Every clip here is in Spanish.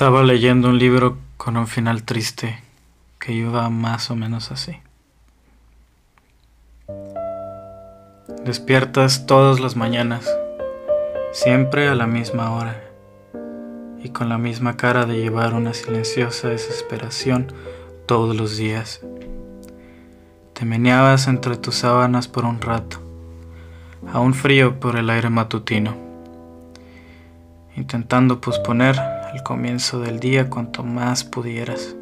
Estaba leyendo un libro con un final triste que iba más o menos así. Despiertas todas las mañanas, siempre a la misma hora, y con la misma cara de llevar una silenciosa desesperación todos los días. Te meneabas entre tus sábanas por un rato, aún frío por el aire matutino, intentando posponer el comienzo del día cuanto más pudieras.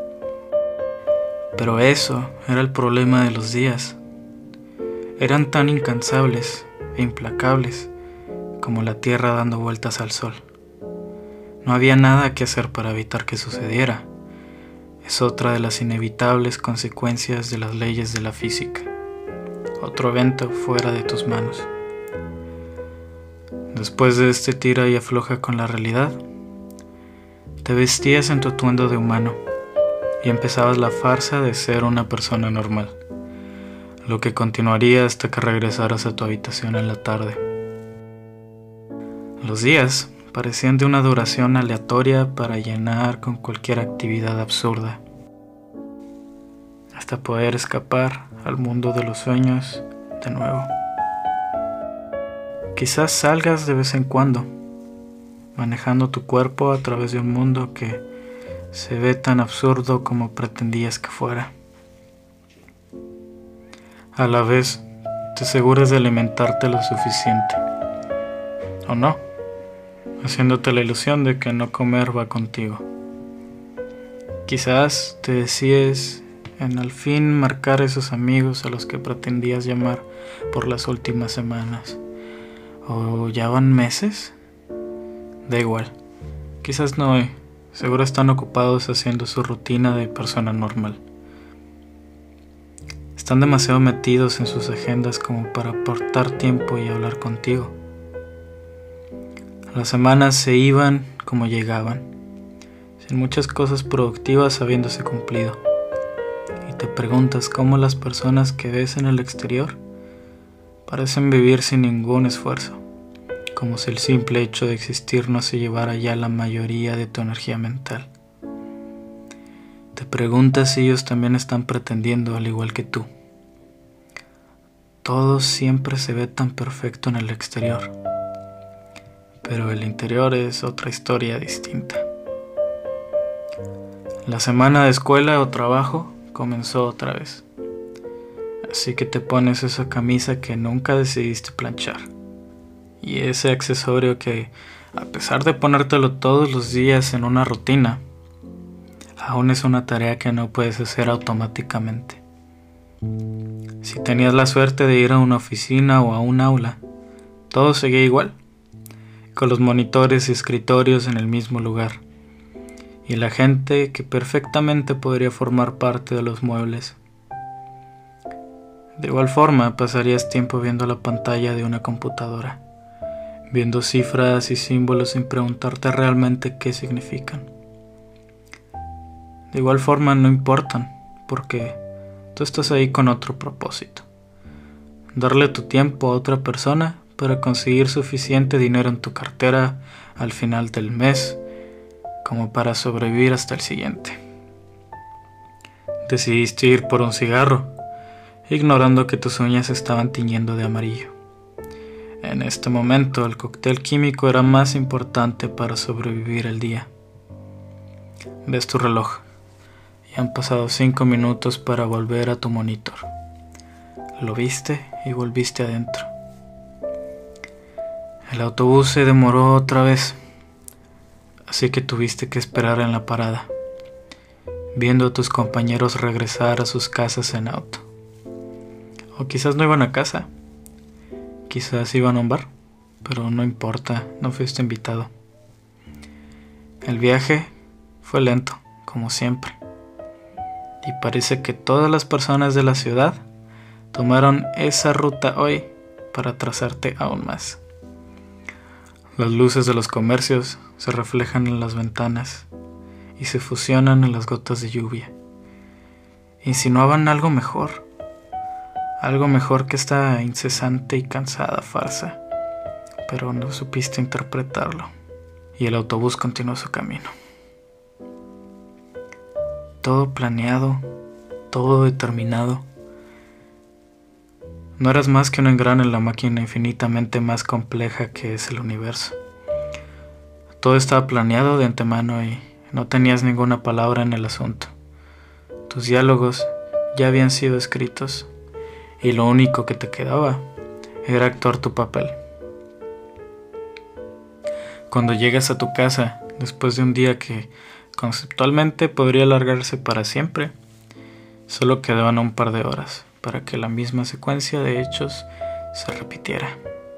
Pero eso era el problema de los días. Eran tan incansables e implacables como la tierra dando vueltas al sol. No había nada que hacer para evitar que sucediera. Es otra de las inevitables consecuencias de las leyes de la física. Otro evento fuera de tus manos. Después de este tira y afloja con la realidad, te vestías en tu atuendo de humano y empezabas la farsa de ser una persona normal, lo que continuaría hasta que regresaras a tu habitación en la tarde. Los días parecían de una duración aleatoria para llenar con cualquier actividad absurda, hasta poder escapar al mundo de los sueños de nuevo. Quizás salgas de vez en cuando, manejando tu cuerpo a través de un mundo que se ve tan absurdo como pretendías que fuera. A la vez, te aseguras de alimentarte lo suficiente, o no, haciéndote la ilusión de que no comer va contigo. Quizás te decides en al fin marcar esos amigos a los que pretendías llamar por las últimas semanas. ¿O ya van meses? Da igual, quizás no hoy. Seguro están ocupados haciendo su rutina de persona normal. Están demasiado metidos en sus agendas como para aportar tiempo y hablar contigo. Las semanas se iban como llegaban, sin muchas cosas productivas habiéndose cumplido. Y te preguntas cómo las personas que ves en el exterior parecen vivir sin ningún esfuerzo, como si el simple hecho de existir no se llevara ya la mayoría de tu energía mental. Te preguntas si ellos también están pretendiendo al igual que tú. Todo siempre se ve tan perfecto en el exterior, pero el interior es otra historia distinta. La semana de escuela o trabajo comenzó otra vez, así que te pones esa camisa que nunca decidiste planchar y ese accesorio que, a pesar de ponértelo todos los días en una rutina, aún es una tarea que no puedes hacer automáticamente. Si tenías la suerte de ir a una oficina o a un aula, todo seguía igual, con los monitores y escritorios en el mismo lugar, y la gente que perfectamente podría formar parte de los muebles. De igual forma, pasarías tiempo viendo la pantalla de una computadora, viendo cifras y símbolos sin preguntarte realmente qué significan. De igual forma no importan, porque tú estás ahí con otro propósito: darle tu tiempo a otra persona para conseguir suficiente dinero en tu cartera al final del mes como para sobrevivir hasta el siguiente. Decidiste ir por un cigarro, ignorando que tus uñas estaban tiñendo de amarillo. En este momento el cóctel químico era más importante para sobrevivir el día. Ves tu reloj y han pasado 5 minutos para volver a tu monitor. Lo viste y volviste adentro. El autobús se demoró otra vez, así que tuviste que esperar en la parada, viendo a tus compañeros regresar a sus casas en auto. O quizás no iban a casa. Quizás iban a un bar, pero no importa, no fuiste invitado. El viaje fue lento, como siempre, y parece que todas las personas de la ciudad tomaron esa ruta hoy para atrasarte aún más. Las luces de los comercios se reflejan en las ventanas y se fusionan en las gotas de lluvia. Insinuaban algo mejor que esta incesante y cansada farsa, pero no supiste interpretarlo, y el autobús continuó su camino. todo planeado, todo determinado. No eras más que un engrane en la máquina infinitamente más compleja que es el universo. Todo estaba planeado de antemano y no tenías ninguna palabra en el asunto. Tus diálogos ya habían sido escritos y lo único que te quedaba era actuar tu papel. Cuando llegas a tu casa, después de un día que conceptualmente podría alargarse para siempre, solo quedaban un par de horas para que la misma secuencia de hechos se repitiera.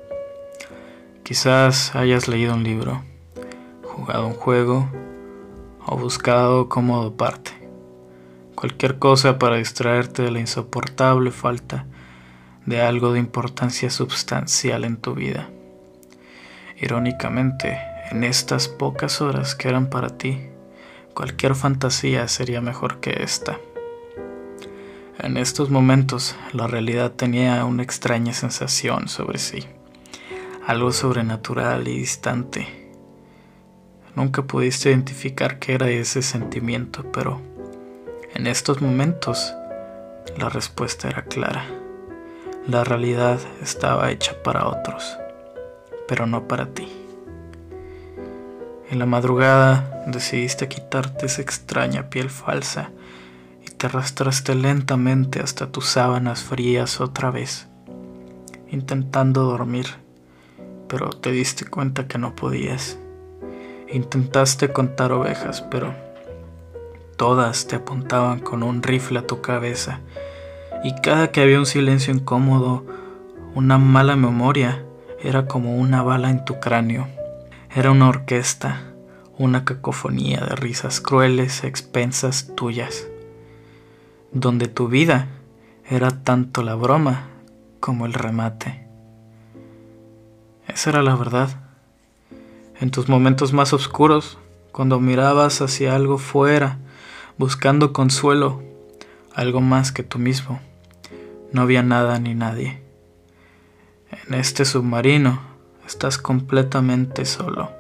Quizás hayas leído un libro, jugado un juego o buscado cómo doparte. Cualquier cosa para distraerte de la insoportable falta de algo de importancia substancial en tu vida. Irónicamente, en estas pocas horas que eran para ti, cualquier fantasía sería mejor que esta. En estos momentos, la realidad tenía una extraña sensación sobre sí, algo sobrenatural y distante. Nunca pudiste identificar qué era ese sentimiento, pero en estos momentos, la respuesta era clara. La realidad estaba hecha para otros, pero no para ti. En la madrugada decidiste quitarte esa extraña piel falsa y te arrastraste lentamente hasta tus sábanas frías otra vez, intentando dormir, pero te diste cuenta que no podías. Intentaste contar ovejas, pero todas te apuntaban con un rifle a tu cabeza, y cada que había un silencio incómodo, una mala memoria, era como una bala en tu cráneo. Era una orquesta, una cacofonía de risas crueles a expensas tuyas, donde tu vida era tanto la broma como el remate. Esa era la verdad. En tus momentos más oscuros, cuando mirabas hacia algo fuera, buscando consuelo, algo más que tú mismo, no había nada ni nadie. En este submarino estás completamente solo.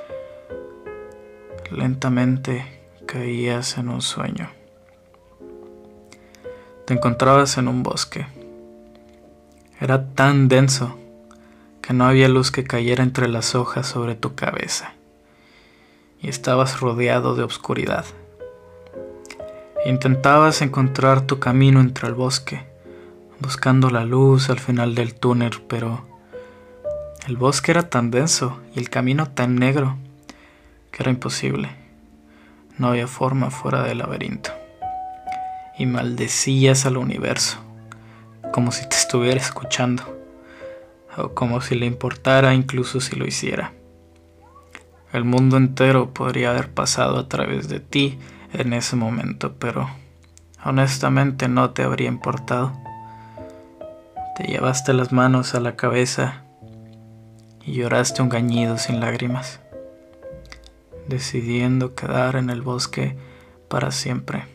Lentamente caías en un sueño. Te encontrabas en un bosque. Era tan denso que no había luz que cayera entre las hojas sobre tu cabeza, y estabas rodeado de oscuridad. Intentabas encontrar tu camino entre el bosque, buscando la luz al final del túnel, pero el bosque era tan denso y el camino tan negro que era imposible. No había forma fuera del laberinto. Y maldecías al universo, como si te estuviera escuchando, o como si le importara incluso si lo hiciera. El mundo entero podría haber pasado a través de ti en ese momento, pero honestamente no te habría importado. Te llevaste las manos a la cabeza y lloraste un gañido sin lágrimas, decidiendo quedar en el bosque para siempre.